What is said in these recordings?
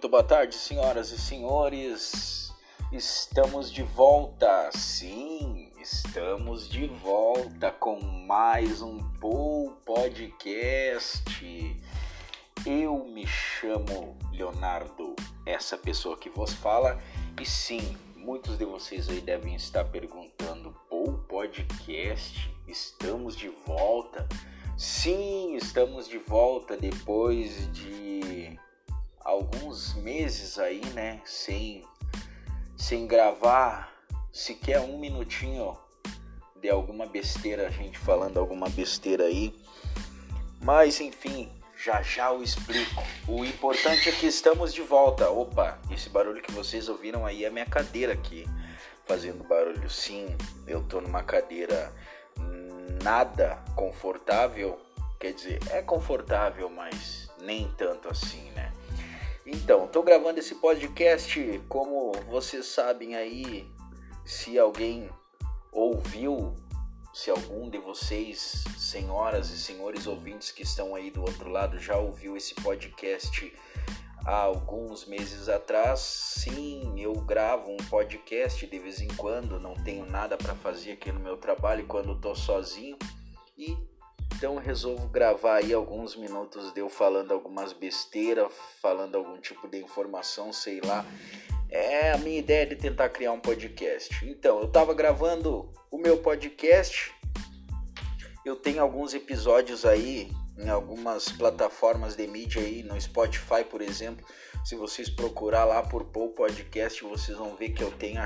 Muito boa tarde, senhoras e senhores. Estamos de volta. Sim, estamos de volta com mais um podcast. Eu me chamo Leonardo, essa pessoa que vos fala. E sim, muitos de vocês aí devem estar perguntando: podcast? Estamos de volta? Sim, estamos de volta depois de alguns meses aí, né, sem gravar sequer um minutinho de alguma besteira, a gente falando alguma besteira aí. Mas enfim, já eu explico. O importante é que estamos de volta. Opa, esse barulho que vocês ouviram aí é a minha cadeira aqui fazendo barulho. Sim, eu tô numa cadeira nada confortável, quer dizer, é confortável, mas nem tanto assim, né? Então, tô gravando esse podcast, como vocês sabem aí, se alguém ouviu, se algum de vocês, senhoras e senhores ouvintes que estão aí do outro lado, já ouviu esse podcast há alguns meses atrás. Sim, eu gravo um podcast de vez em quando, não tenho nada para fazer aqui no meu trabalho quando estou sozinho, e então resolvo gravar aí alguns minutos de eu falando algumas besteiras, falando algum tipo de informação, sei lá. É a minha ideia de tentar criar um podcast. Então, eu estava gravando o meu podcast, eu tenho alguns episódios aí em algumas plataformas de mídia aí, no Spotify, por exemplo. Se vocês procurar lá por Paul Podcast, vocês vão ver que eu tenho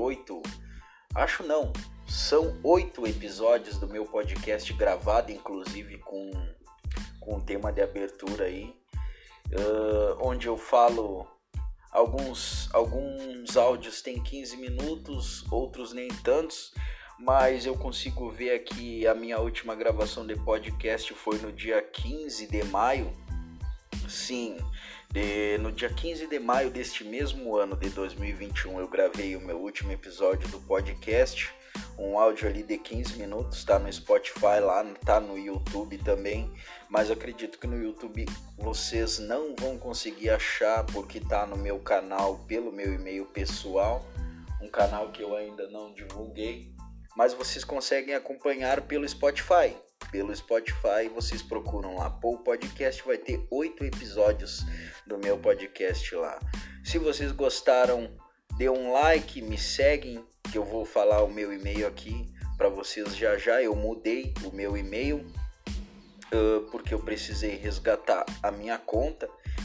são 8 episódios do meu podcast gravado, inclusive com o tema de abertura aí, onde eu falo, alguns áudios tem 15 minutos, outros nem tantos, mas eu consigo ver aqui a minha última gravação de podcast foi no dia 15 de maio. Sim, no dia 15 de maio deste mesmo ano de 2021 eu gravei o meu último episódio do podcast, um áudio ali de 15 minutos, tá no Spotify lá, tá no YouTube também, mas acredito que no YouTube vocês não vão conseguir achar, porque tá no meu canal pelo meu e-mail pessoal, um canal que eu ainda não divulguei, mas vocês conseguem acompanhar pelo Spotify. Pelo Spotify vocês procuram lá, Paul Podcast, vai ter 8 episódios do meu podcast lá. Se vocês gostaram, dê um like, me seguem, que eu vou falar o meu e-mail aqui para vocês já. Eu mudei o meu e-mail porque eu precisei resgatar a minha conta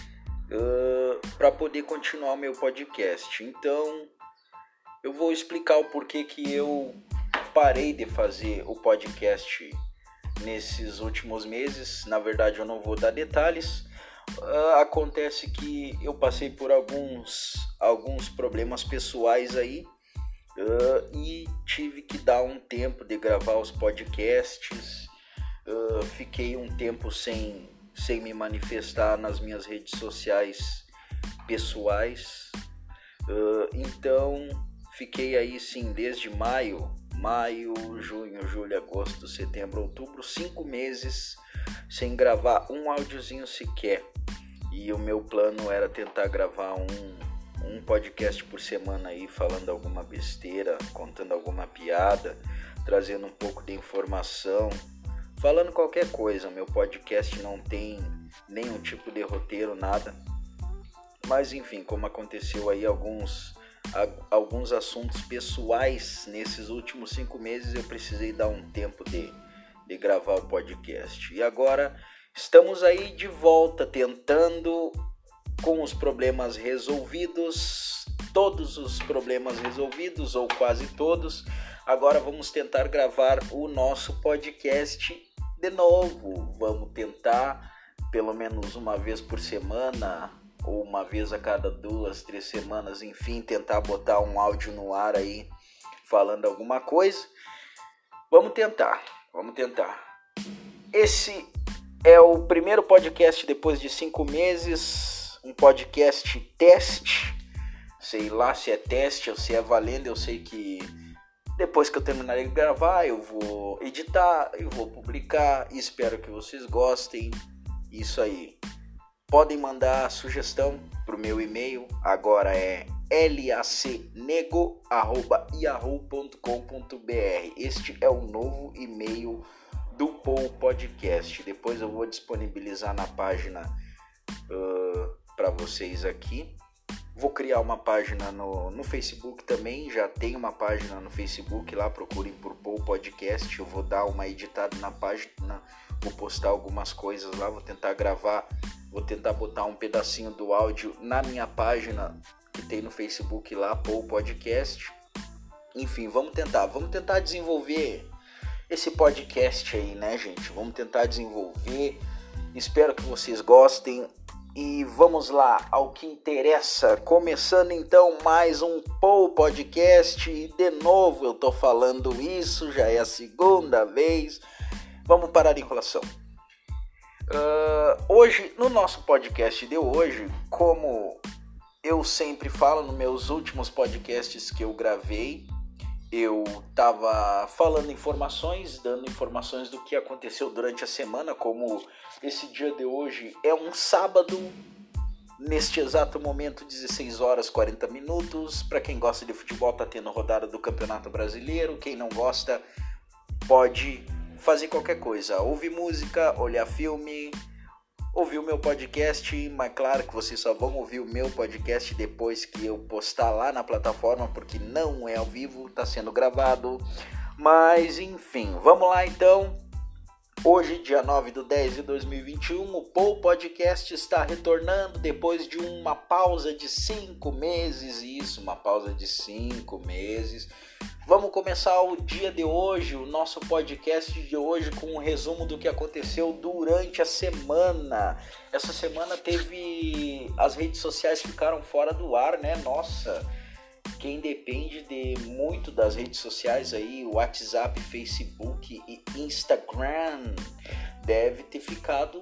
para poder continuar o meu podcast. Então eu vou explicar o porquê que eu parei de fazer o podcast nesses últimos meses. Na verdade eu não vou dar detalhes. Acontece que eu passei por alguns problemas pessoais aí, e tive que dar um tempo de gravar os podcasts. Fiquei um tempo sem me manifestar nas minhas redes sociais pessoais, então fiquei aí sim desde maio, junho, julho, agosto, setembro, outubro, 5 meses sem gravar um áudiozinho sequer. E o meu plano era tentar gravar um podcast por semana aí, falando alguma besteira, contando alguma piada, trazendo um pouco de informação, falando qualquer coisa. Meu podcast não tem nenhum tipo de roteiro, nada. Mas enfim, como aconteceu aí alguns assuntos pessoais nesses últimos 5 meses, eu precisei dar um tempo de gravar o podcast. E agora estamos aí de volta, tentando, com os problemas resolvidos, todos os problemas resolvidos, ou quase todos. Agora vamos tentar gravar o nosso podcast de novo. Vamos tentar pelo menos uma vez por semana, ou uma vez a cada 2, 3 semanas, enfim, tentar botar um áudio no ar aí, falando alguma coisa. Vamos tentar. Esse é o primeiro podcast depois de 5 meses, um podcast teste, sei lá se é teste ou se é valendo. Eu sei que depois que eu terminar de gravar, eu vou editar, eu vou publicar, e espero que vocês gostem. Isso aí. podem mandar sugestão para o meu e-mail, agora é lacnego@yahoo.com.br. Este é o novo e-mail do Paul Podcast. Depois eu vou disponibilizar na página para vocês aqui. Vou criar uma página no Facebook também, já tem uma página no Facebook lá, procurem por Paul Podcast. Eu vou dar uma editada na página, vou postar algumas coisas lá, vou tentar gravar, vou tentar botar um pedacinho do áudio na minha página que tem no Facebook lá, Paul Podcast. Enfim, vamos tentar desenvolver esse podcast aí, né, gente? Vamos tentar desenvolver, espero que vocês gostem. E vamos lá ao que interessa, começando então mais um Paul Podcast, e de novo eu tô falando isso, já é a segunda vez, vamos parar de enrolação. Hoje, no nosso podcast de hoje, como eu sempre falo nos meus últimos podcasts que eu gravei, eu tava falando informações, dando informações do que aconteceu durante a semana, como esse dia de hoje é um sábado, neste exato momento 16 horas 40 minutos, para quem gosta de futebol tá tendo rodada do Campeonato Brasileiro, quem não gosta pode fazer qualquer coisa, ouvir música, olhar filme, ouvir o meu podcast, mas claro que vocês só vão ouvir o meu podcast depois que eu postar lá na plataforma, porque não é ao vivo, está sendo gravado. Mas enfim, vamos lá então. Hoje, dia 9/10/2021, o Paul Podcast está retornando depois de uma pausa de 5 meses. Isso, uma pausa de 5 meses. Vamos começar o dia de hoje, o nosso podcast de hoje, com um resumo do que aconteceu durante a semana. Essa semana as redes sociais ficaram fora do ar, né? Nossa, quem depende muito das redes sociais aí, WhatsApp, Facebook e Instagram, deve ter ficado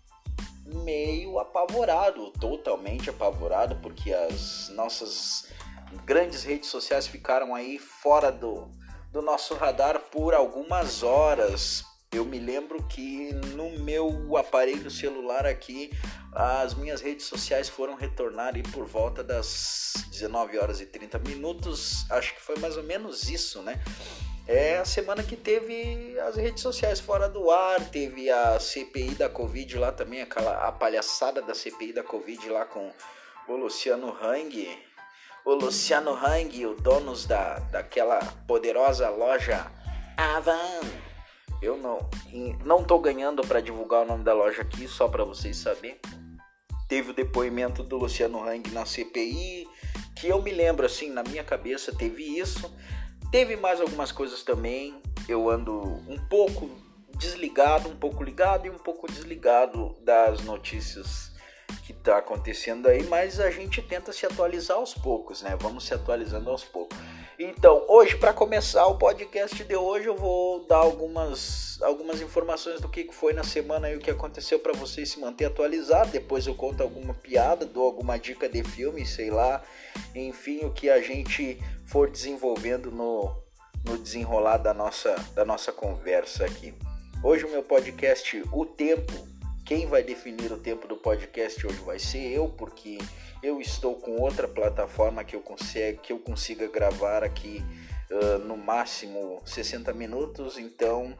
meio apavorado, totalmente apavorado, porque as nossas grandes redes sociais ficaram aí fora do nosso radar por algumas horas. Eu me lembro que no meu aparelho celular aqui, as minhas redes sociais foram retornar aí por volta das 19 horas e 30 minutos, acho que foi mais ou menos isso, né? É a semana que teve as redes sociais fora do ar, teve a CPI da Covid lá também, a palhaçada da CPI da Covid lá com o Luciano Hang. O Luciano Hang, o dono daquela poderosa loja Avon. Eu não tô ganhando para divulgar o nome da loja aqui, só para vocês saberem. Teve o depoimento do Luciano Hang na CPI, que eu me lembro assim, na minha cabeça teve isso. Teve mais algumas coisas também. Eu ando um pouco desligado, um pouco ligado e um pouco desligado das notícias que tá acontecendo aí, mas a gente tenta se atualizar aos poucos, né? Vamos se atualizando aos poucos. Então, hoje, para começar o podcast de hoje, eu vou dar algumas informações do que foi na semana e o que aconteceu para vocês se manter atualizado. Depois eu conto alguma piada, dou alguma dica de filme, sei lá. Enfim, o que a gente for desenvolvendo no desenrolar da nossa conversa aqui. Hoje o meu podcast, o tempo, quem vai definir o tempo do podcast hoje vai ser eu, porque eu estou com outra plataforma que eu consiga gravar aqui no máximo 60 minutos, então,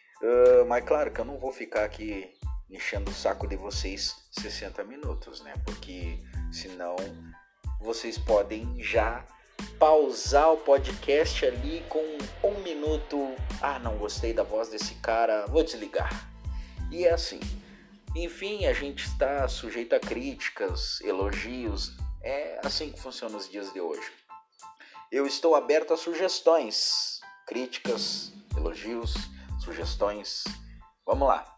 mas claro que eu não vou ficar aqui enchendo o saco de vocês 60 minutos, né? Porque senão vocês podem já pausar o podcast ali com 1 minuto. Ah, não gostei da voz desse cara, vou desligar. E é assim. Enfim, a gente está sujeito a críticas, elogios, é assim que funciona os dias de hoje. Eu estou aberto a sugestões, críticas, elogios, sugestões. Vamos lá.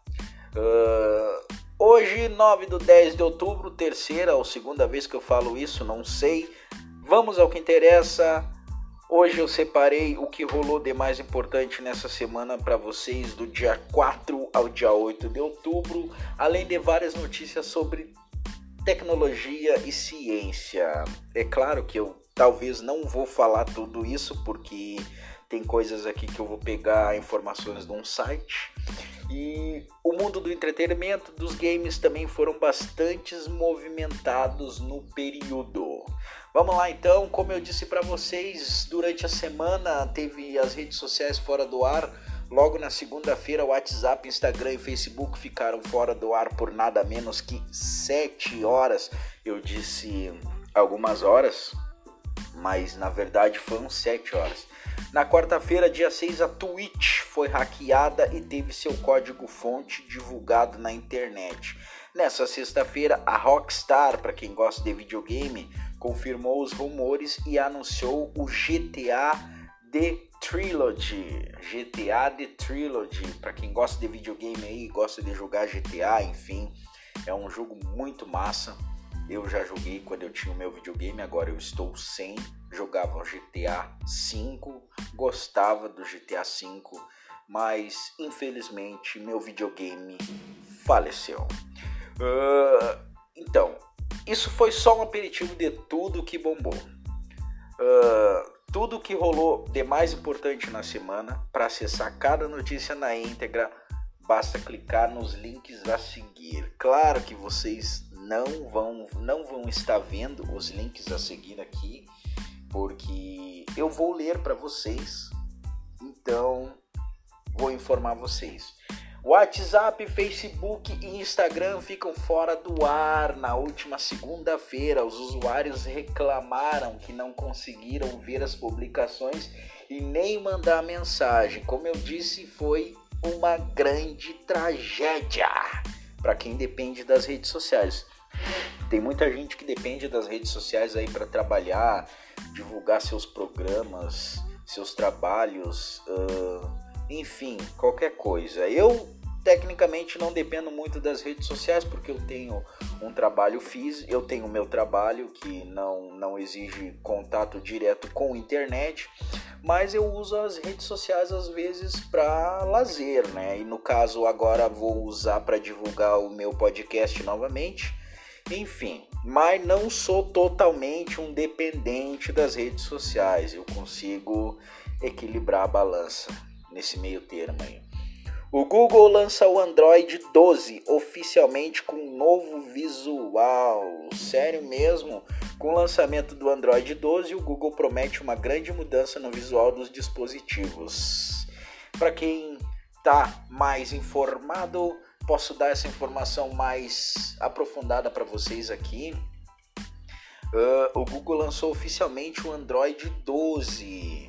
Hoje, 9/10/outubro, terceira ou segunda vez que eu falo isso, não sei. Vamos ao que interessa. Hoje eu separei o que rolou de mais importante nessa semana para vocês, do dia 4 ao dia 8 de outubro, além de várias notícias sobre tecnologia e ciência. É claro que eu talvez não vou falar tudo isso, porque tem coisas aqui que eu vou pegar informações de um site E o mundo do entretenimento, dos games também foram bastante movimentados no período. Vamos lá então, como eu disse para vocês, durante a semana teve as redes sociais fora do ar. Logo na segunda-feira, o WhatsApp, Instagram e Facebook ficaram fora do ar por nada menos que 7 horas. Eu disse algumas horas, mas na verdade foram 7 horas. Na quarta-feira, dia 6, a Twitch foi hackeada e teve seu código-fonte divulgado na internet. Nessa sexta-feira, a Rockstar, para quem gosta de videogame, confirmou os rumores e anunciou o GTA The Trilogy. GTA The Trilogy, para quem gosta de videogame aí, gosta de jogar GTA, enfim, é um jogo muito massa. Eu já joguei quando eu tinha o meu videogame, agora eu estou sem. Jogava o GTA V, gostava do GTA V, mas infelizmente meu videogame faleceu. Então, isso foi só um aperitivo de tudo que bombou. Tudo que rolou de mais importante na semana. Para acessar cada notícia na íntegra, basta clicar nos links a seguir. Claro que vocês não vão estar vendo os links a seguir aqui, porque eu vou ler para vocês, então vou informar vocês. WhatsApp, Facebook e Instagram ficam fora do ar. Na última segunda-feira, os usuários reclamaram que não conseguiram ver as publicações e nem mandar mensagem. Como eu disse, foi uma grande tragédia para quem depende das redes sociais. Tem muita gente que depende das redes sociais aí para trabalhar, divulgar seus programas, seus trabalhos, enfim, qualquer coisa. Eu, tecnicamente, não dependo muito das redes sociais porque eu tenho um trabalho físico, eu tenho o meu trabalho que não exige contato direto com a internet, mas eu uso as redes sociais às vezes para lazer, né? E no caso agora vou usar para divulgar o meu podcast novamente. Enfim, mas não sou totalmente um dependente das redes sociais. Eu consigo equilibrar a balança nesse meio termo aí. O Google lança o Android 12 oficialmente com um novo visual. Sério mesmo? Com o lançamento do Android 12, o Google promete uma grande mudança no visual dos dispositivos. Para quem está mais informado, posso dar essa informação mais aprofundada para vocês aqui. O Google lançou oficialmente o Android 12.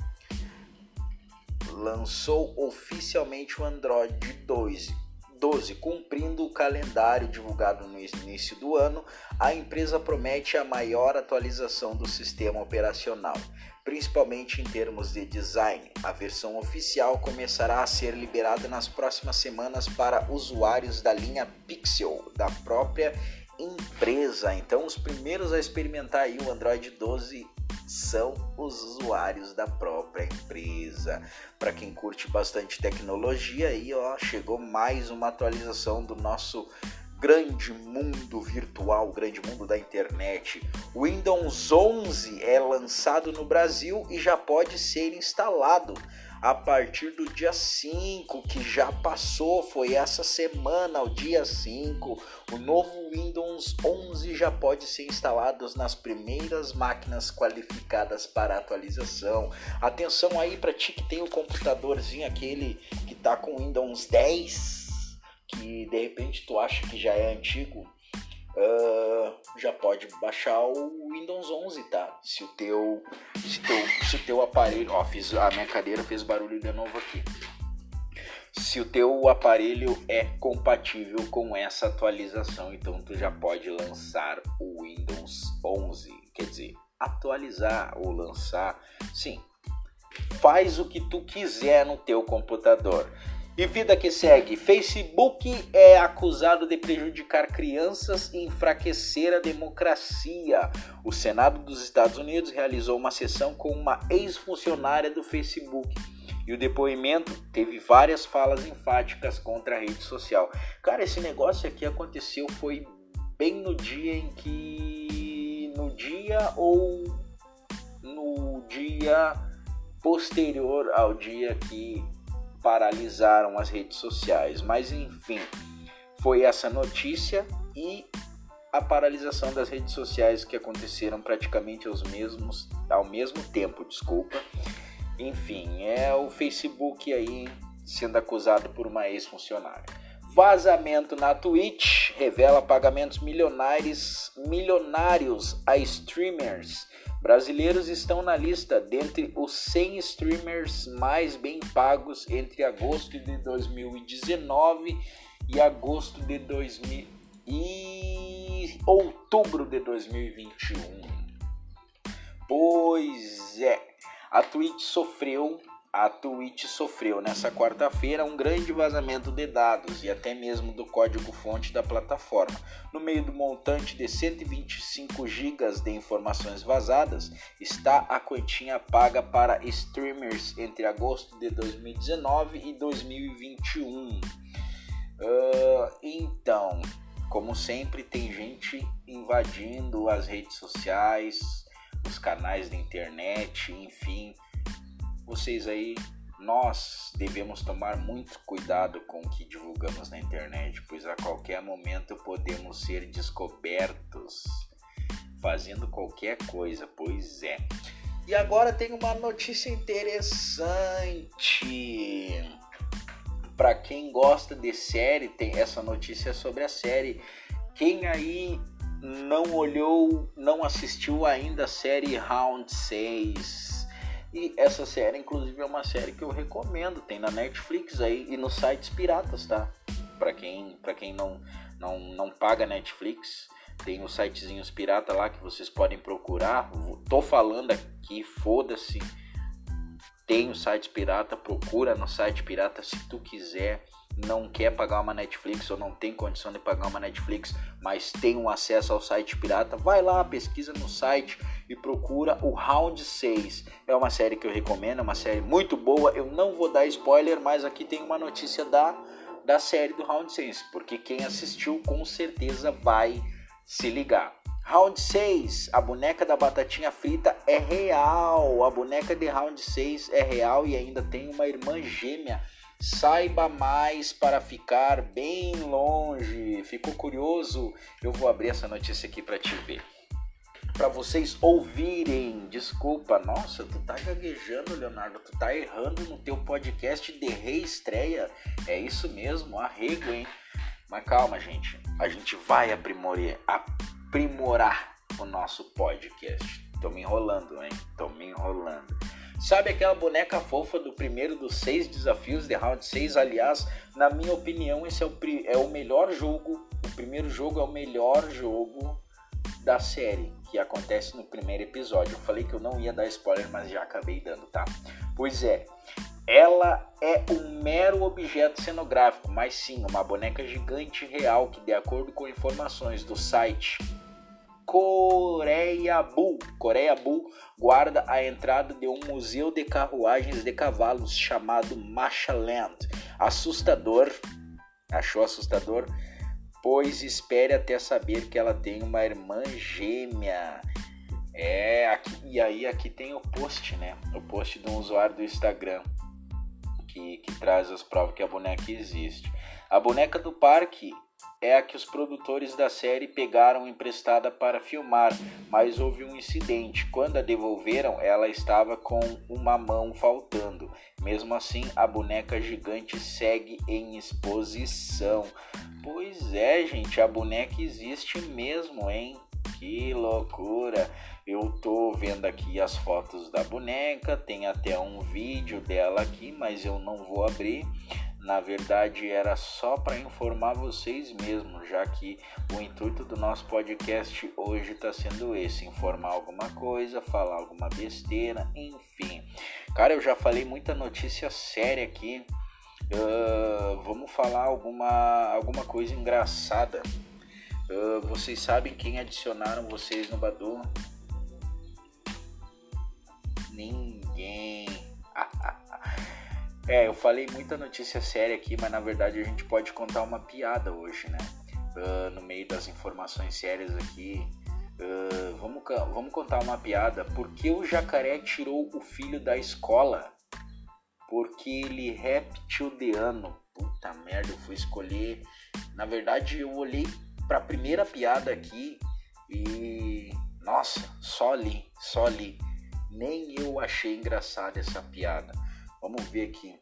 Cumprindo o calendário divulgado no início do ano, a empresa promete a maior atualização do sistema operacional, principalmente em termos de design. A versão oficial começará a ser liberada nas próximas semanas para usuários da linha Pixel, da própria empresa. Então, os primeiros a experimentar aí o Android 12 são os usuários da própria empresa. Para quem curte bastante tecnologia, aí chegou mais uma atualização do nosso grande mundo virtual, grande mundo da internet. O Windows 11 é lançado no Brasil e já pode ser instalado a partir do dia 5, que já passou, foi essa semana, o dia 5. O novo Windows 11 já pode ser instalado nas primeiras máquinas qualificadas para atualização. Atenção aí para ti que tem o computadorzinho aquele que tá com Windows 10, que de repente tu acha que já é antigo, já pode baixar o Windows 11, tá? Se o teu aparelho, a minha cadeira fez barulho de novo aqui. Se o teu aparelho é compatível com essa atualização, então tu já pode lançar o Windows 11, quer dizer, atualizar ou lançar, sim. Faz o que tu quiser no teu computador. E vida que segue, Facebook é acusado de prejudicar crianças e enfraquecer a democracia. O Senado dos Estados Unidos realizou uma sessão com uma ex-funcionária do Facebook. E o depoimento teve várias falas enfáticas contra a rede social. Cara, esse negócio aqui aconteceu, foi bem no dia em que... No dia posterior ao dia que paralisaram as redes sociais. Mas enfim, foi essa notícia e a paralisação das redes sociais que aconteceram praticamente ao mesmo tempo, desculpa. Enfim, é o Facebook aí sendo acusado por uma ex-funcionária. Vazamento na Twitch revela pagamentos milionários a streamers. Brasileiros estão na lista dentre os 100 streamers mais bem pagos entre agosto de 2019 e outubro de 2021. Pois é, a Twitch sofreu nessa quarta-feira um grande vazamento de dados e até mesmo do código-fonte da plataforma. No meio do montante de 125 GB de informações vazadas, está a quantia paga para streamers entre agosto de 2019 e 2021. Então, como sempre, tem gente invadindo as redes sociais, os canais da internet, enfim. Vocês aí, nós devemos tomar muito cuidado com o que divulgamos na internet, pois a qualquer momento podemos ser descobertos fazendo qualquer coisa, pois é. E agora tem uma notícia interessante. Para quem gosta de série, tem essa notícia sobre a série. Quem aí não assistiu ainda a série Round 6? E essa série, inclusive, é uma série que eu recomendo. Tem na Netflix aí e nos sites piratas, tá? Pra quem não paga Netflix, tem os sitezinhos pirata lá que vocês podem procurar. Tô falando aqui, foda-se. Tem o site pirata, procura no site pirata se tu quiser. Não quer pagar uma Netflix ou não tem condição de pagar uma Netflix, mas tem um acesso ao site pirata, vai lá, pesquisa no site e procura o Round 6. É uma série que eu recomendo, é uma série muito boa. Eu não vou dar spoiler, mas aqui tem uma notícia da série do Round 6, porque quem assistiu com certeza vai se ligar. Round 6, a boneca da batatinha frita é real. A boneca de Round 6 é real e ainda tem uma irmã gêmea. Saiba mais para ficar bem longe. Ficou curioso? Eu vou abrir essa notícia aqui para te ver. Para vocês ouvirem. Desculpa, nossa, tu tá gaguejando, Leonardo. Tu tá errando no teu podcast de reestreia. É isso mesmo, arrego, hein? Mas calma, gente. A gente vai aprimorar o nosso podcast. Tô me enrolando, hein? Sabe aquela boneca fofa do primeiro dos 6 desafios de Round 6? Aliás, na minha opinião, esse é o melhor jogo. O primeiro jogo é o melhor jogo da série, que acontece no primeiro episódio. Eu falei que eu não ia dar spoiler, mas já acabei dando, tá? Pois é, ela é um mero objeto cenográfico, mas sim, uma boneca gigante real que, de acordo com informações do site Coreia Bull guarda a entrada de um museu de carruagens de cavalos chamado Machaland. Assustador, achou assustador? Pois espere até saber que ela tem uma irmã gêmea. Aqui tem o post, né? O post de um usuário do Instagram que traz as provas que a boneca existe. A boneca do parque é a que os produtores da série pegaram emprestada para filmar, mas houve um incidente. Quando a devolveram, ela estava com uma mão faltando. Mesmo assim, a boneca gigante segue em exposição. Pois é, gente, a boneca existe mesmo, hein? Que loucura! Eu tô vendo aqui as fotos da boneca, tem até um vídeo dela aqui, mas eu não vou abrir. Na verdade, era só para informar vocês mesmo, já que o intuito do nosso podcast hoje está sendo esse: informar alguma coisa, falar alguma besteira, enfim. Cara, eu já falei muita notícia séria aqui. Vamos falar alguma coisa engraçada. Vocês sabem quem adicionaram vocês no Badoo? Ninguém. Eu falei muita notícia séria aqui, mas na verdade a gente pode contar uma piada hoje, né? No meio das informações sérias aqui, vamos contar uma piada. Por que o jacaré tirou o filho da escola? porque ele reptiliano. Puta merda, eu fui escolher. Na verdade, eu olhei pra primeira piada aqui e... Nossa, só ali. Nem eu achei engraçada essa piada. Vamos ver aqui.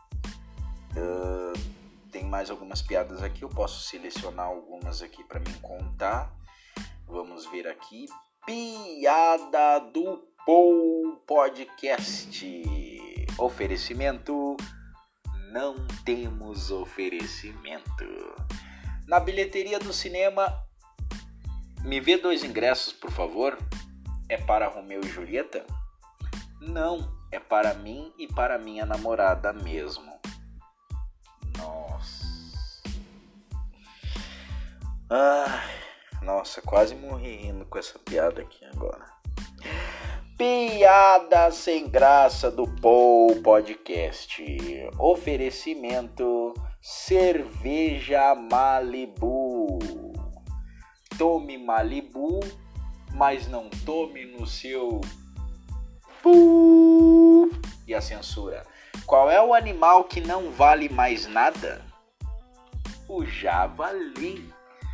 Tem mais algumas piadas aqui. Eu posso selecionar algumas aqui pra mim contar. Vamos ver aqui. Piada do Paul Podcast. Oferecimento... Não temos oferecimento. Na bilheteria do cinema, me vê 2 ingressos, por favor. É para Romeu e Julieta? Não, é para mim e para minha namorada mesmo. Nossa, quase morri rindo com essa piada aqui agora. Piada sem graça do Paul Podcast. Oferecimento cerveja Malibu. Tome Malibu, mas não tome no seu... E a censura. Qual é o animal que não vale mais nada? O javali.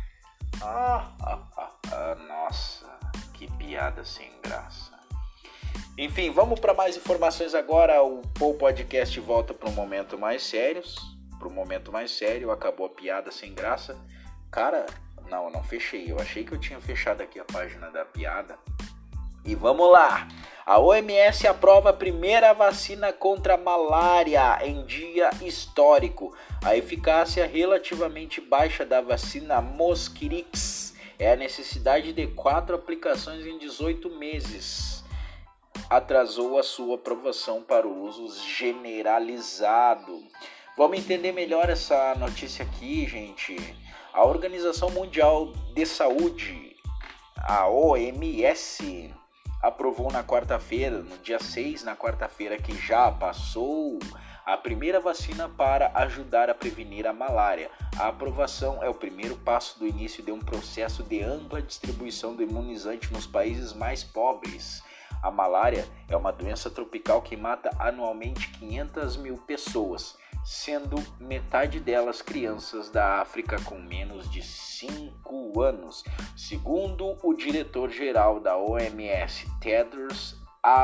Nossa, que piada sem graça. Enfim, vamos para mais informações agora. O Paul Podcast volta para um momento mais sério. Acabou a piada sem graça. Cara, não fechei. Eu achei que eu tinha fechado aqui a página da piada. E vamos lá. A OMS aprova a primeira vacina contra a malária em dia histórico. A eficácia relativamente baixa da vacina Mosquirix é a necessidade de 4 aplicações em 18 meses. Atrasou a sua aprovação para o uso generalizado. Vamos entender melhor essa notícia aqui, gente. A Organização Mundial de Saúde, a OMS, aprovou na quarta-feira, no dia 6, na quarta-feira que já passou, a primeira vacina para ajudar a prevenir a malária. A aprovação é o primeiro passo do início de um processo de ampla distribuição do imunizante nos países mais pobres. A malária é uma doença tropical que mata anualmente 500 mil pessoas, sendo metade delas crianças da África com menos de 5 anos. Segundo o diretor-geral da OMS, Tedros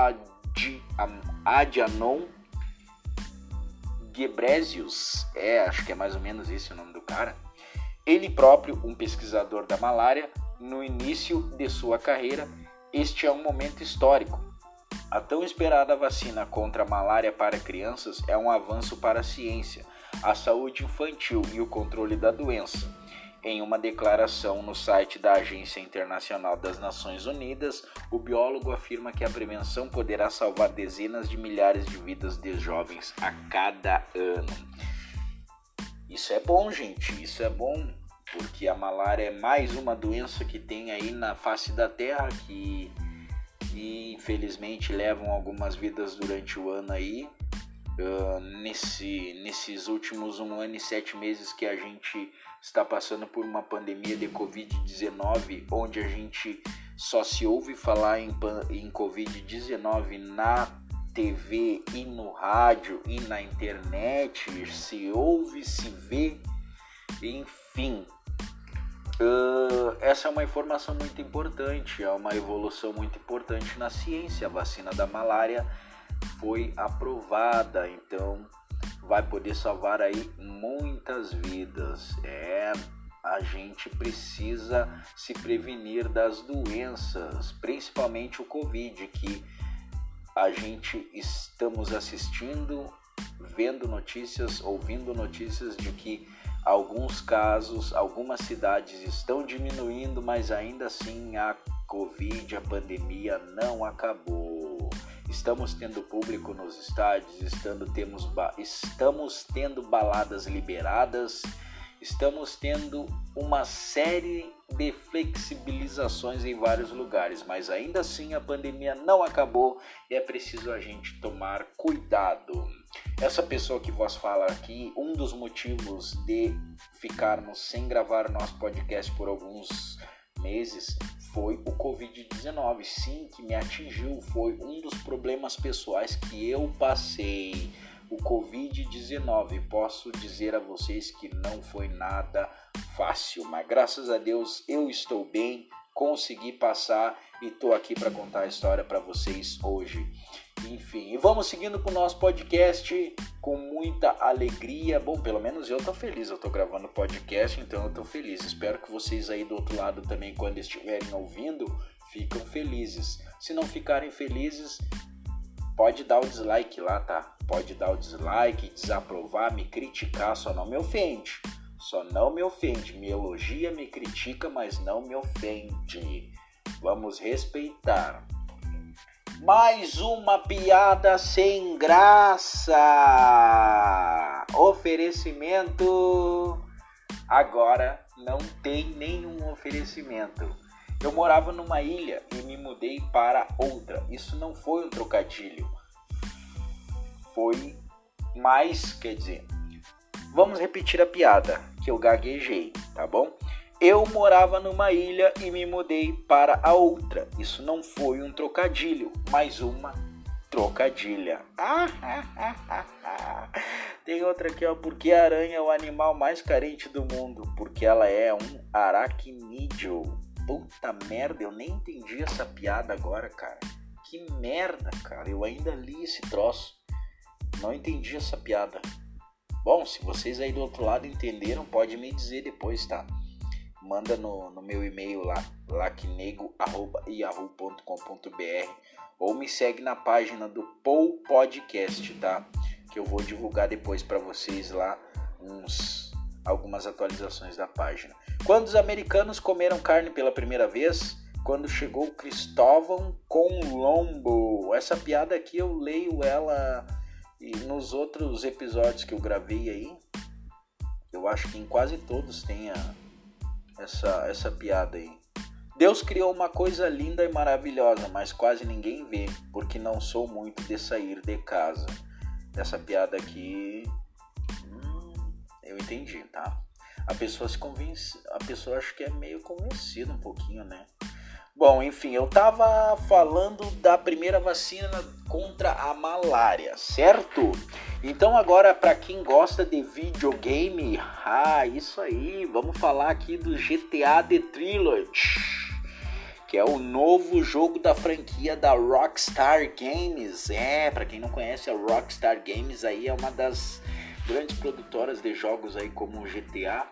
Adhanom Ghebreyesus, acho que é mais ou menos esse o nome do cara, ele próprio, um pesquisador da malária, no início de sua carreira, este é um momento histórico. A tão esperada vacina contra a malária para crianças é um avanço para a ciência, a saúde infantil e o controle da doença. Em uma declaração no site da Agência Internacional das Nações Unidas, o biólogo afirma que a prevenção poderá salvar dezenas de milhares de vidas de jovens a cada ano. Isso é bom, gente, isso é bom. Porque a malária é mais uma doença que tem aí na face da Terra que infelizmente levam algumas vidas durante o ano aí. Nesses últimos 1 ano e 7 meses que a gente está passando por uma pandemia de Covid-19, onde a gente só se ouve falar em Covid-19 na TV e no rádio e na internet, se ouve, se vê, enfim. Essa é uma informação muito importante, é uma evolução muito importante na ciência. A vacina da malária foi aprovada, então vai poder salvar aí muitas vidas. A gente precisa se prevenir das doenças, principalmente o Covid, que a gente estamos assistindo, vendo notícias, ouvindo notícias de que alguns casos, algumas cidades estão diminuindo, mas ainda assim a Covid, a pandemia não acabou. Estamos tendo público nos estádios, estamos tendo baladas liberadas, estamos tendo uma série de flexibilizações em vários lugares, mas ainda assim a pandemia não acabou e é preciso a gente tomar cuidado. Essa pessoa que vos fala aqui, um dos motivos de ficarmos sem gravar nosso podcast por alguns meses foi o Covid-19, sim, que me atingiu, foi um dos problemas pessoais que eu passei. o Covid-19. Posso dizer a vocês que não foi nada fácil, mas graças a Deus eu estou bem, consegui passar e estou aqui para contar a história para vocês hoje. Enfim, e vamos seguindo com o nosso podcast com muita alegria. Bom, pelo menos eu tô feliz, eu tô gravando podcast, então eu tô feliz. Espero que vocês aí do outro lado também, quando estiverem ouvindo, ficam felizes. Se não ficarem felizes, pode dar o dislike lá, tá? Pode dar o dislike, desaprovar, me criticar, só não me ofende. Só não me ofende. Me elogia, me critica, mas não me ofende. Vamos respeitar. Mais uma piada sem graça. Oferecimento. Agora não tem nenhum oferecimento. Eu morava numa ilha e me mudei para outra. Isso não foi um trocadilho. Foi mais, quer dizer, vamos repetir a piada que eu gaguejei, tá bom? Eu morava numa ilha e me mudei para a outra. Isso não foi um trocadilho, mas uma trocadilha. Tem outra aqui, ó. Porque a aranha é o animal mais carente do mundo? Porque ela é um aracnídeo. Puta merda, eu nem entendi essa piada agora, cara. Que merda, cara. Eu ainda li esse troço. Não entendi essa piada. Bom, se vocês aí do outro lado entenderam, pode me dizer depois, tá? Manda no meu e-mail lá, lacnego@yahoo.com.br, ou me segue na página do Pou Podcast, tá? Que eu vou divulgar depois para vocês lá algumas atualizações da página. Quando os americanos comeram carne pela primeira vez? Quando chegou Cristóvão Colombo. Essa piada aqui eu leio ela nos outros episódios que eu gravei aí. Eu acho que em quase todos tem essa piada aí. Deus criou uma coisa linda e maravilhosa, mas quase ninguém vê, porque não sou muito de sair de casa. Essa piada aqui eu entendi, tá? A pessoa se convence, a pessoa acho que é meio convencida um pouquinho, né? Bom, enfim, eu tava falando da primeira vacina contra a malária, certo? Então agora, para quem gosta de videogame, isso aí, vamos falar aqui do GTA The Trilogy, que é o novo jogo da franquia da Rockstar Games. Para quem não conhece, a Rockstar Games aí é uma das grandes produtoras de jogos aí como o GTA.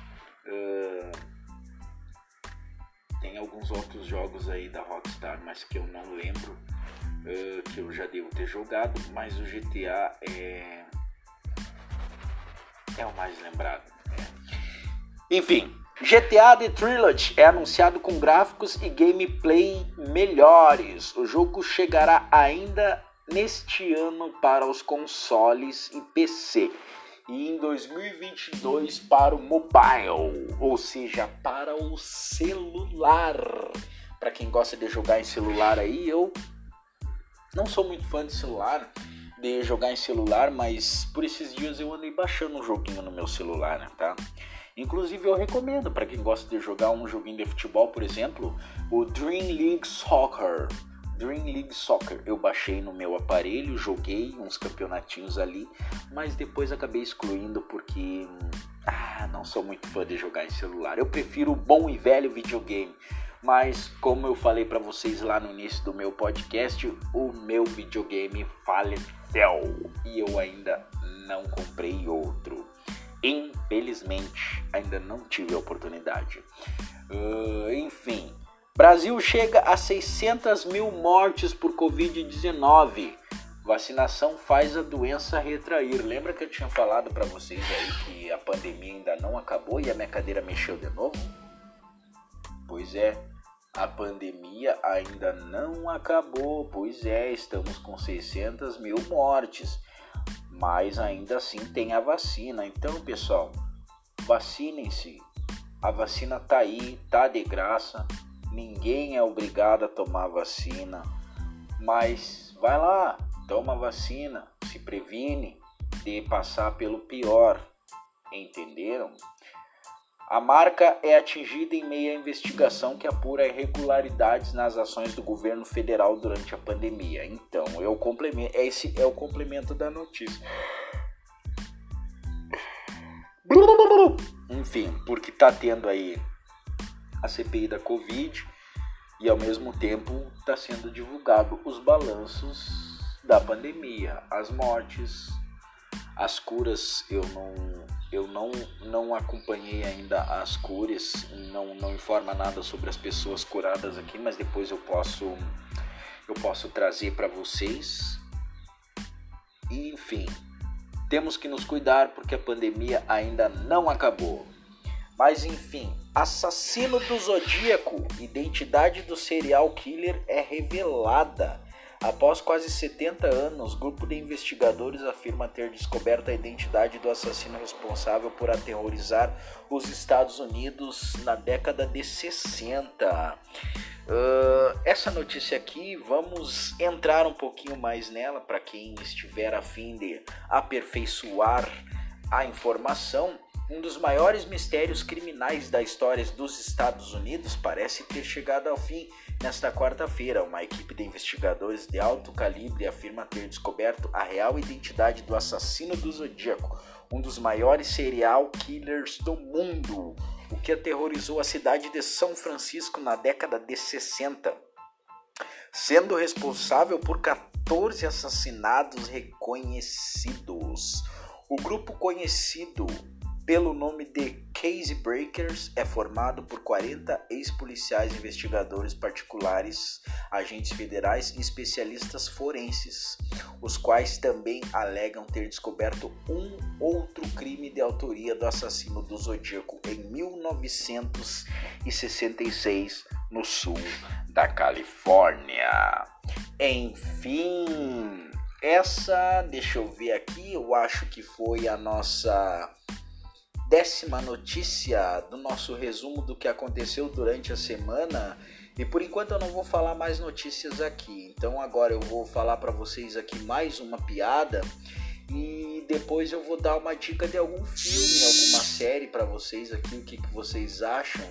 Tem alguns outros jogos aí da Rockstar, mas que eu não lembro, que eu já devo ter jogado, mas o GTA é o mais lembrado. Enfim, GTA The Trilogy é anunciado com gráficos e gameplay melhores. O jogo chegará ainda neste ano para os consoles e PC. E em 2022 para o mobile, ou seja, para o celular. Para quem gosta de jogar em celular aí, eu não sou muito fã de jogar em celular, mas por esses dias eu andei baixando um joguinho no meu celular, né, tá? Inclusive eu recomendo para quem gosta de jogar um joguinho de futebol, por exemplo, o Dream League Soccer. Eu baixei no meu aparelho, joguei uns campeonatinhos ali, mas depois acabei excluindo porque não sou muito fã de jogar em celular. Eu prefiro o bom e velho videogame. Mas como eu falei para vocês lá no início do meu podcast, o meu videogame faleceu e eu ainda não comprei outro. Infelizmente, ainda não tive a oportunidade. Enfim, Brasil chega a 600 mil mortes por Covid-19. Vacinação faz a doença retrair. Lembra que eu tinha falado para vocês aí que a pandemia ainda não acabou e a minha cadeira mexeu de novo? Pois é, a pandemia ainda não acabou. Pois é, estamos com 600 mil mortes. Mas ainda assim tem a vacina. Então, pessoal, vacinem-se. A vacina tá aí, tá de graça. Ninguém é obrigado a tomar vacina. Mas vai lá, toma a vacina. Se previne de passar pelo pior. Entenderam? A marca é atingida em meio à investigação que apura irregularidades nas ações do governo federal durante a pandemia. Então, esse é o complemento da notícia. Enfim, porque está tendo aí a CPI da Covid e ao mesmo tempo está sendo divulgado os balanços da pandemia, as mortes, as curas. Eu não acompanhei ainda as curas, não informa nada sobre as pessoas curadas aqui, mas depois eu posso trazer para vocês. E, enfim, temos que nos cuidar porque a pandemia ainda não acabou. Mas enfim, assassino do Zodíaco, identidade do serial killer é revelada. Após quase 70 anos, grupo de investigadores afirma ter descoberto a identidade do assassino responsável por aterrorizar os Estados Unidos na década de 60. Essa notícia aqui, vamos entrar um pouquinho mais nela para quem estiver a fim de aperfeiçoar a informação. Um dos maiores mistérios criminais da história dos Estados Unidos parece ter chegado ao fim nesta quarta-feira. Uma equipe de investigadores de alto calibre afirma ter descoberto a real identidade do assassino do Zodíaco, um dos maiores serial killers do mundo, o que aterrorizou a cidade de São Francisco na década de 60, sendo responsável por 14 assassinatos reconhecidos. O grupo, conhecido pelo nome de Case Breakers, é formado por 40 ex-policiais, investigadores particulares, agentes federais e especialistas forenses, os quais também alegam ter descoberto um outro crime de autoria do assassino do Zodíaco em 1966, no sul da Califórnia. Enfim, deixa eu ver aqui, eu acho que foi a nossa 10ª notícia do nosso resumo do que aconteceu durante a semana. E por enquanto eu não vou falar mais notícias aqui. Então agora eu vou falar para vocês aqui mais uma piada e depois eu vou dar uma dica de algum filme, alguma série para vocês aqui, o que vocês acham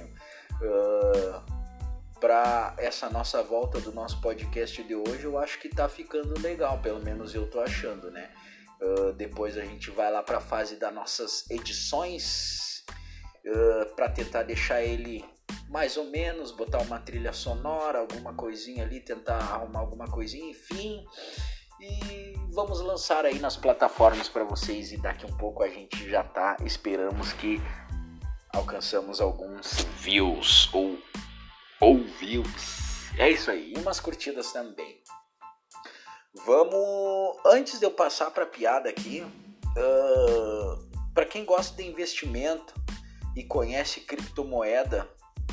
para essa nossa volta do nosso podcast de hoje. Eu acho que tá ficando legal, pelo menos eu tô achando, né? Depois a gente vai lá para a fase das nossas edições para tentar deixar ele mais ou menos, botar uma trilha sonora, alguma coisinha ali, tentar arrumar alguma coisinha, enfim. E vamos lançar aí nas plataformas para vocês e daqui um pouco a gente já tá, esperamos que alcançamos alguns views ou views. É isso aí, e umas curtidas também. Antes de eu passar para a piada aqui, para quem gosta de investimento e conhece criptomoeda,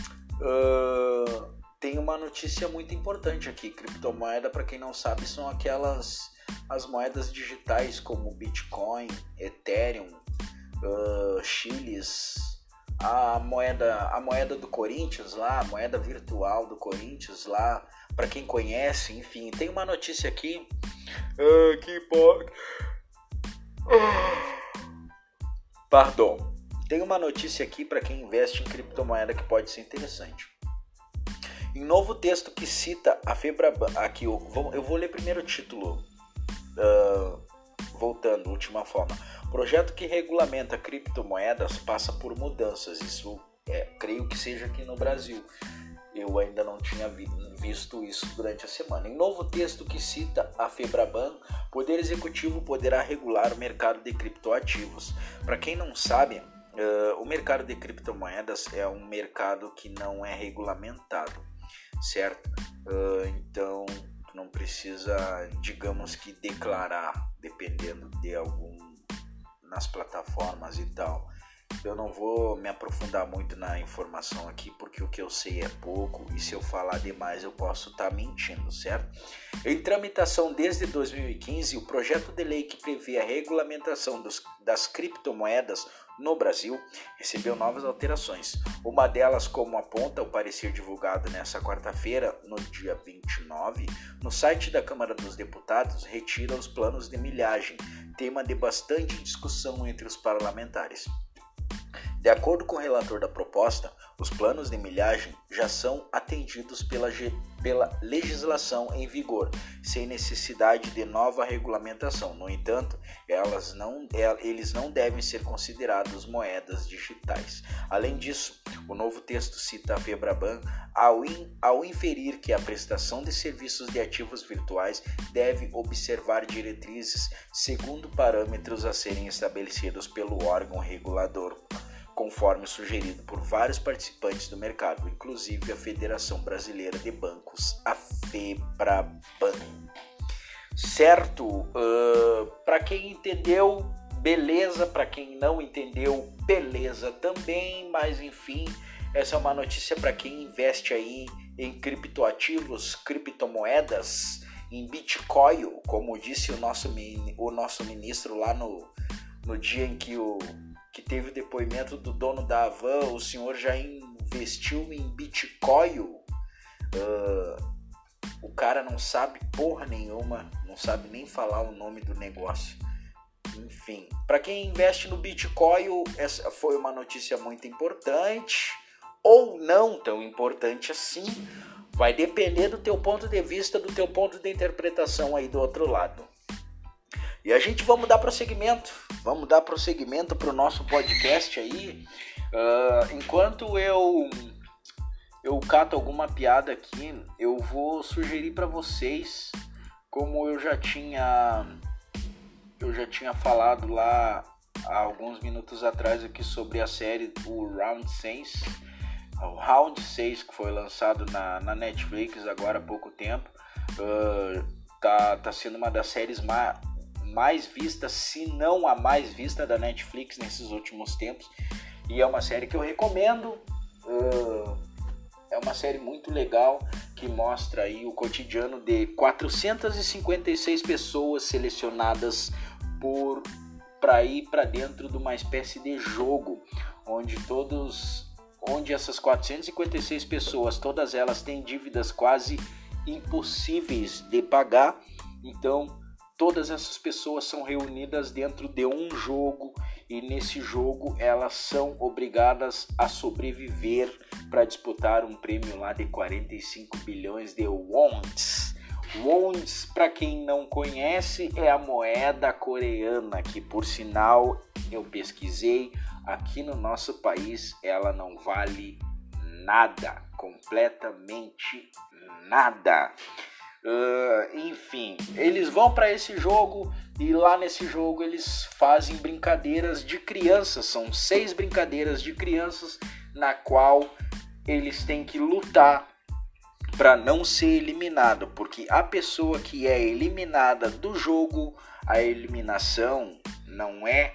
tem uma notícia muito importante aqui. Criptomoeda, para quem não sabe, são as moedas digitais como Bitcoin, Ethereum, Chiles, a moeda do Corinthians lá, a moeda virtual do Corinthians lá, para quem conhece. Enfim, tem uma notícia aqui tem uma notícia aqui para quem investe em criptomoeda que pode ser interessante. Em novo texto que cita a Febraban, aqui eu vou ler primeiro o título, voltando, última forma. Projeto que regulamenta criptomoedas passa por mudanças. Isso creio que seja aqui no Brasil. Eu ainda não tinha visto isso durante a semana. Em novo texto que cita a Febraban, o Poder Executivo poderá regular o mercado de criptoativos. Para quem não sabe, o mercado de criptomoedas é um mercado que não é regulamentado, certo? Então, não precisa, digamos que, declarar, dependendo de nas plataformas e tal. Eu não vou me aprofundar muito na informação aqui, porque o que eu sei é pouco e se eu falar demais eu posso estar mentindo, certo? Em tramitação desde 2015, o projeto de lei que prevê a regulamentação das criptomoedas no Brasil recebeu novas alterações. Uma delas, como aponta o parecer divulgado nesta quarta-feira, no dia 29, no site da Câmara dos Deputados, retira os planos de milhagem, tema de bastante discussão entre os parlamentares. De acordo com o relator da proposta, os planos de milhagem já são atendidos pela legislação em vigor, sem necessidade de nova regulamentação. No entanto, eles não devem ser considerados moedas digitais. Além disso, o novo texto cita a Febraban ao inferir que a prestação de serviços de ativos virtuais deve observar diretrizes segundo parâmetros a serem estabelecidos pelo órgão regulador, conforme sugerido por vários participantes do mercado, inclusive a Federação Brasileira de Bancos, a Febraban. Certo? Para quem entendeu, beleza. Para quem não entendeu, beleza também. Mas enfim, essa é uma notícia para quem investe aí em criptoativos, criptomoedas, em Bitcoin, como disse o nosso ministro lá no dia em que teve o depoimento do dono da Havan. O senhor já investiu em Bitcoin? O cara não sabe porra nenhuma, não sabe nem falar o nome do negócio. Enfim, para quem investe no Bitcoin, essa foi uma notícia muito importante, ou não tão importante assim. Vai depender do teu ponto de vista, do teu ponto de interpretação aí do outro lado. E a gente vamos dar prosseguimento para o nosso podcast aí. Enquanto eu cato alguma piada aqui, eu vou sugerir para vocês, como eu já tinha falado lá há alguns minutos atrás aqui sobre a série o Round 6, que foi lançado na Netflix agora há pouco tempo. Tá sendo uma das séries mais vista, se não a mais vista da Netflix nesses últimos tempos, e é uma série que eu recomendo. É uma série muito legal que mostra aí o cotidiano de 456 pessoas selecionadas para ir para dentro de uma espécie de jogo onde essas 456 pessoas, todas elas têm dívidas quase impossíveis de pagar. Então todas essas pessoas são reunidas dentro de um jogo, e nesse jogo elas são obrigadas a sobreviver para disputar um prêmio lá de 45 bilhões de wons. Wons, para quem não conhece, é a moeda coreana, que por sinal eu pesquisei, aqui no nosso país ela não vale nada, completamente nada. Enfim, eles vão para esse jogo e lá nesse jogo eles fazem brincadeiras de crianças. São 6 brincadeiras de crianças na qual eles têm que lutar para não ser eliminado, porque a pessoa que é eliminada do jogo, a eliminação não é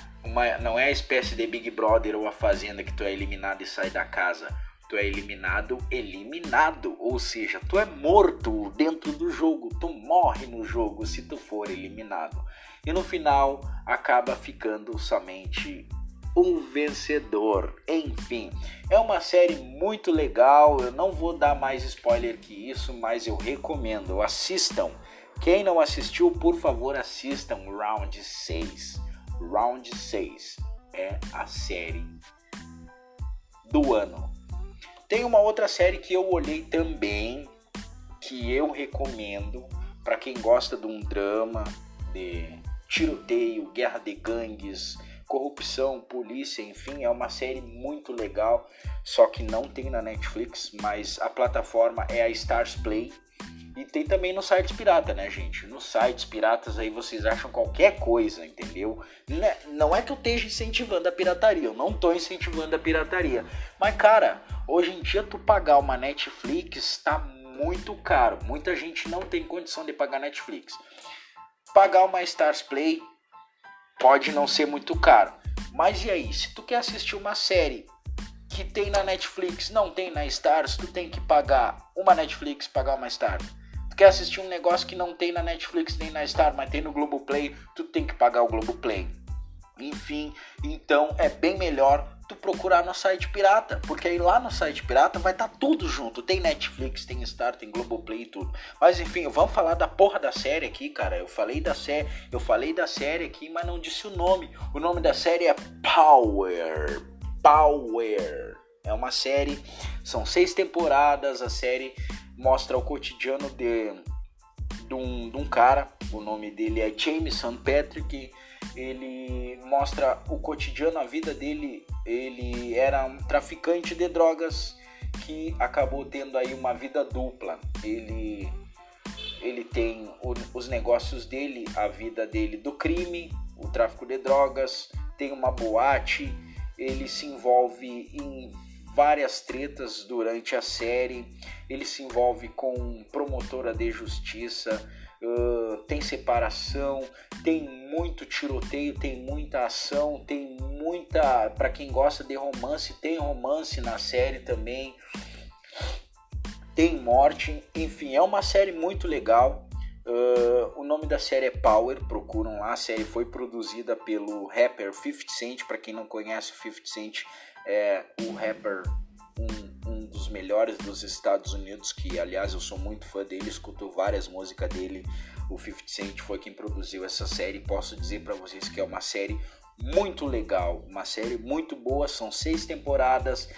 a espécie de Big Brother ou a Fazenda que tu é eliminado e sai da casa. Tu é eliminado, ou seja, tu é morto dentro do jogo, tu morre no jogo se tu for eliminado. E no final acaba ficando somente um vencedor. Enfim, é uma série muito legal, eu não vou dar mais spoiler que isso, mas eu recomendo, assistam. Quem não assistiu, por favor, assistam Round 6. Round 6 é a série do ano. Tem uma outra série que eu olhei também, que eu recomendo para quem gosta de um drama, de tiroteio, guerra de gangues, corrupção, polícia, enfim, é uma série muito legal, só que não tem na Netflix, mas a plataforma é a Stars Play. E tem também nos sites pirata, né, gente? Nos sites piratas aí vocês acham qualquer coisa, entendeu? Não é que eu esteja incentivando a pirataria, eu não tô incentivando a pirataria. Mas, cara, hoje em dia tu pagar uma Netflix tá muito caro. Muita gente não tem condição de pagar Netflix. Pagar uma Stars Play pode não ser muito caro. Mas e aí? Se tu quer assistir uma série que tem na Netflix, não tem na Stars, tu tem que pagar uma Netflix, pagar uma Stars. Quer assistir um negócio que não tem na Netflix nem na Star, mas tem no Globoplay, tu tem que pagar o Globoplay. Enfim, então é bem melhor tu procurar no site pirata, porque aí lá no site pirata vai estar tudo junto. Tem Netflix, tem Star, tem Globoplay e tudo. Mas enfim, vamos falar da porra da série aqui, cara. Eu falei da série aqui, mas não disse o nome. O nome da série é Power. Power. É uma série, são 6 temporadas, a série mostra o cotidiano de um cara, o nome dele é James St. Patrick. Ele mostra o cotidiano, a vida dele. Ele era um traficante de drogas que acabou tendo aí uma vida dupla. Ele tem os negócios dele, a vida dele do crime, o tráfico de drogas, tem uma boate, ele se envolve em várias tretas durante a série, ele se envolve com promotora de justiça, tem separação, tem muito tiroteio, tem muita ação, tem muita... Para quem gosta de romance, tem romance na série também, tem morte, enfim, é uma série muito legal. O nome da série é Power, procuram lá. A série foi produzida pelo rapper 50 Cent. Para quem não conhece, o 50 Cent é o rapper, um dos melhores dos Estados Unidos, que aliás eu sou muito fã dele, escuto várias músicas dele. O 50 Cent foi quem produziu essa série. Posso dizer para vocês que é uma série muito legal, uma série muito boa. São 6 temporadas.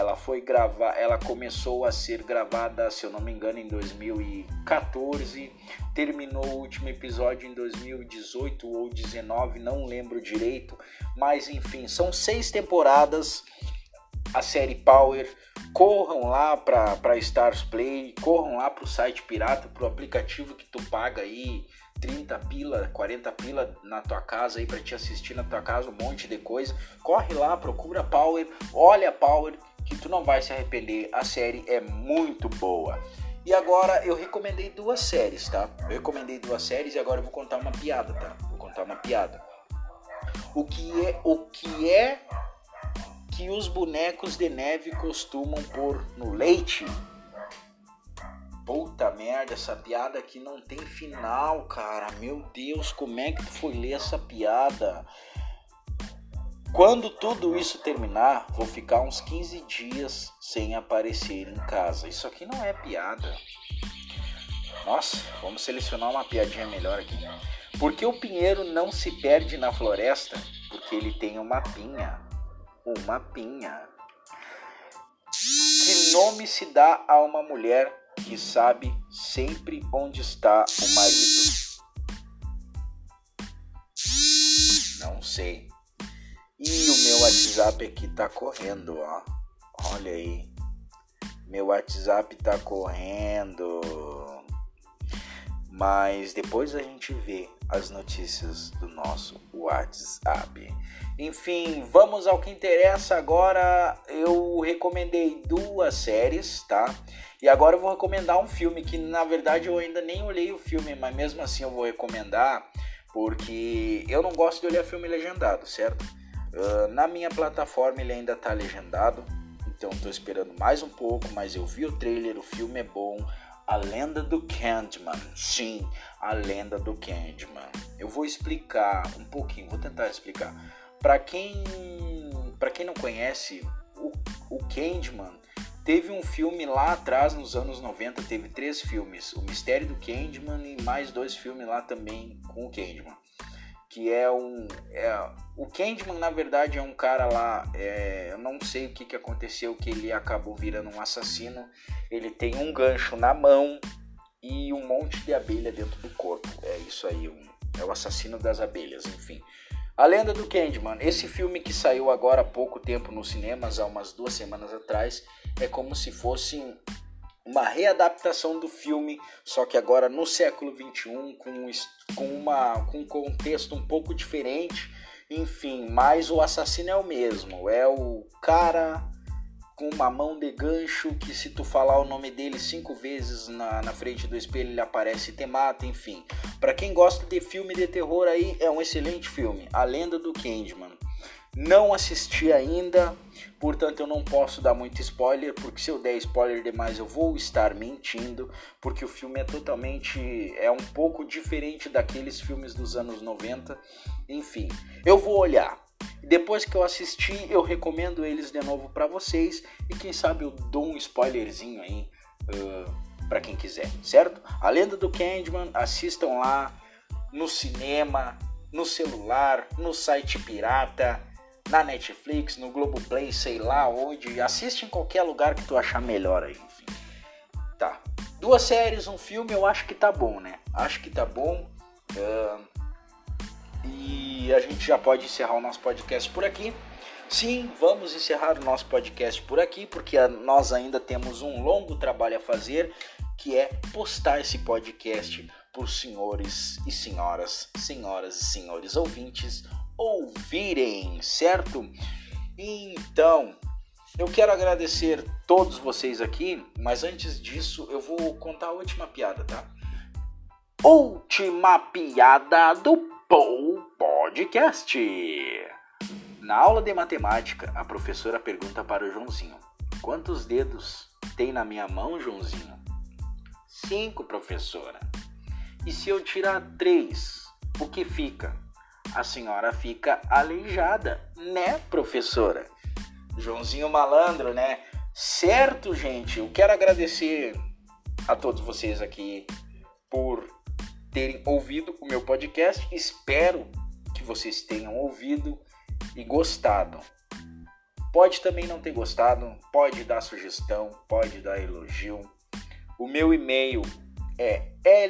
Ela começou a ser gravada, se eu não me engano, em 2014, terminou o último episódio em 2018 ou 2019, não lembro direito, mas enfim, são 6 temporadas, a série Power. Corram lá para Stars Play, corram lá para o site pirata, para o aplicativo que tu paga aí 30 pila, 40 pila na tua casa aí para te assistir na tua casa, um monte de coisa. Corre lá, procura Power, olha Power, que tu não vai se arrepender. A série é muito boa. E agora eu recomendei 2 séries, tá? Eu recomendei 2 séries e agora eu vou contar uma piada, tá? Vou contar uma piada. O que é que os bonecos de neve costumam pôr no leite? Puta merda, essa piada aqui não tem final, cara. Meu Deus, como é que tu foi ler essa piada? Quando tudo isso terminar, vou ficar uns 15 dias sem aparecer em casa. Isso aqui não é piada. Nossa, vamos selecionar uma piadinha melhor aqui. Por que o pinheiro não se perde na floresta? Porque ele tem uma pinha. Uma pinha. Que nome se dá a uma mulher que sabe sempre onde está o marido? Não sei. E o meu WhatsApp aqui tá correndo, ó. Olha aí. Meu WhatsApp tá correndo. Mas depois a gente vê as notícias do nosso WhatsApp. Enfim, vamos ao que interessa agora. Eu recomendei 2 séries, tá? E agora eu vou recomendar um filme que, na verdade, eu ainda nem olhei o filme, mas mesmo assim eu vou recomendar, porque eu não gosto de olhar filme legendado, certo? Na minha plataforma ele ainda tá legendado, então estou esperando mais um pouco, mas eu vi o trailer, o filme é bom. A Lenda do Candyman. Sim, A Lenda do Candyman. Eu vou explicar um pouquinho, vou tentar explicar. Para quem não conhece, o Candyman teve um filme lá atrás, nos anos 90, teve 3 filmes. O Mistério do Candyman e mais 2 filmes lá também com o Candyman. Que o Candyman, na verdade, é um cara lá, eu não sei o que aconteceu, que ele acabou virando um assassino. Ele tem um gancho na mão e um monte de abelha dentro do corpo. É isso aí, é o assassino das abelhas, enfim. A Lenda do Candyman, esse filme que saiu agora há pouco tempo nos cinemas, há umas 2 semanas atrás, é como se fosse uma readaptação do filme, só que agora no século XXI, com um contexto um pouco diferente, enfim, mas o assassino é o mesmo, é o cara com uma mão de gancho que se tu falar o nome dele 5 vezes na frente do espelho ele aparece e te mata, enfim. Para quem gosta de filme de terror aí, é um excelente filme, A Lenda do Candyman. Não assisti ainda, portanto eu não posso dar muito spoiler, porque se eu der spoiler demais eu vou estar mentindo, porque o filme é um pouco diferente daqueles filmes dos anos 90, enfim, eu vou olhar. Depois que eu assistir, eu recomendo eles de novo para vocês, e quem sabe eu dou um spoilerzinho aí para quem quiser, certo? A Lenda do Candyman, assistam lá no cinema, no celular, no site pirata. na Netflix, no Globoplay, sei lá onde. Assiste em qualquer lugar que tu achar melhor aí, enfim. Tá. 2 séries, um filme, eu acho que tá bom, né? Acho que tá bom. E a gente já pode encerrar o nosso podcast por aqui. Sim, vamos encerrar o nosso podcast por aqui, porque nós ainda temos um longo trabalho a fazer, que é postar esse podcast para os senhores e senhoras e senhores ouvintes ouvirem, certo? Então, eu quero agradecer todos vocês aqui, mas antes disso eu vou contar a última piada, tá? Última piada do Pou Podcast. Na aula de matemática, a professora pergunta para o Joãozinho: quantos dedos tem na minha mão, Joãozinho? 5, professora. E se eu tirar 3, o que fica? A senhora fica aleijada, né, professora? Joãozinho malandro, né? Certo, gente? Eu quero agradecer a todos vocês aqui por terem ouvido o meu podcast. Espero que vocês tenham ouvido e gostado. Pode também não ter gostado, pode dar sugestão, pode dar elogio. O meu e-mail é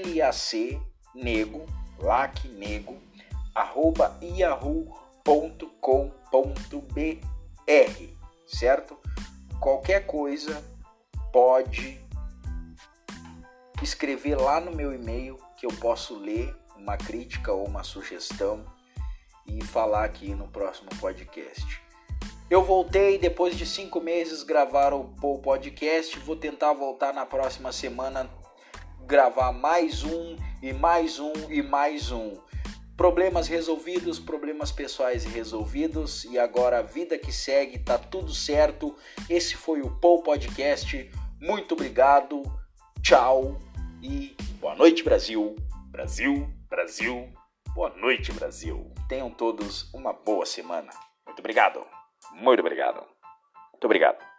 lacnego@yahoo.com.br, certo? Qualquer coisa pode escrever lá no meu e-mail que eu posso ler uma crítica ou uma sugestão e falar aqui no próximo podcast. Eu voltei depois de 5 meses gravar o Pou Podcast. Vou tentar voltar na próxima semana, gravar mais um e mais um e mais um. Problemas resolvidos, problemas pessoais resolvidos, e agora a vida que segue, tá tudo certo. Esse foi o Pou Podcast. Muito obrigado, tchau e boa noite, Brasil. Brasil, Brasil, boa noite, Brasil. Tenham todos uma boa semana. Muito obrigado. Muito obrigado. Muito obrigado.